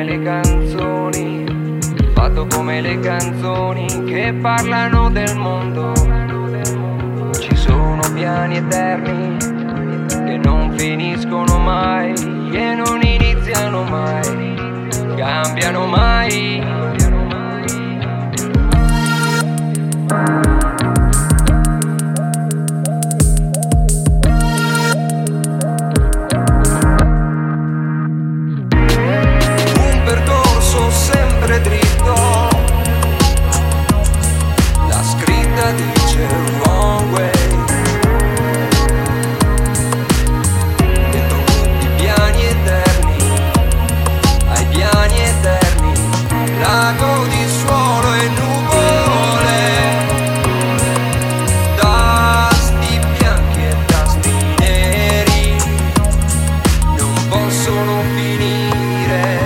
le canzoni, fatto come le canzoni che parlano del mondo. Ci sono piani eterni che non finiscono mai e non iniziano mai, cambiano mai. Sempre dritto, la scritta dice wrong way. Dentro tutti i piani eterni, ai piani eterni, lago di suolo e nuvole, tasti bianchi e tasti neri, non possono finire.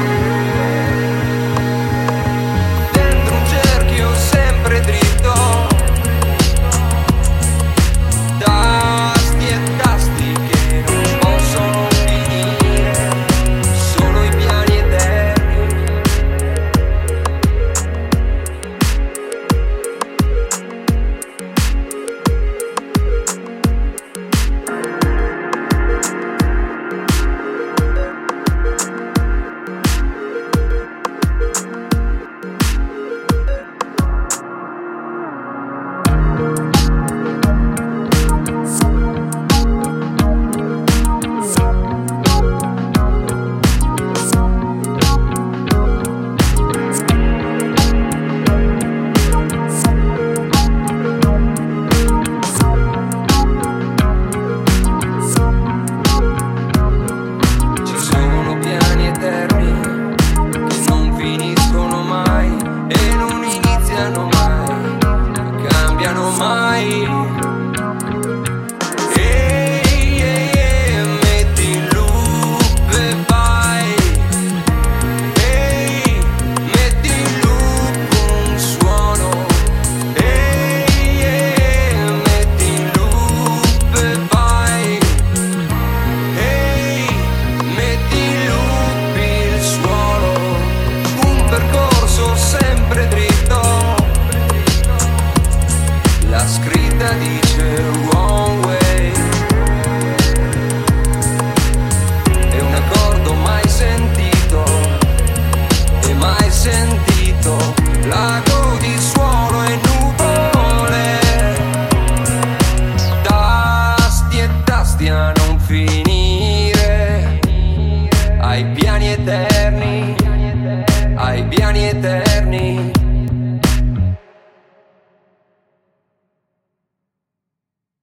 La scritta dice wrong way. È un accordo mai sentito, e mai sentito. Lago di suolo e nuvole, tasti e tasti a non finire, ai piani eterni.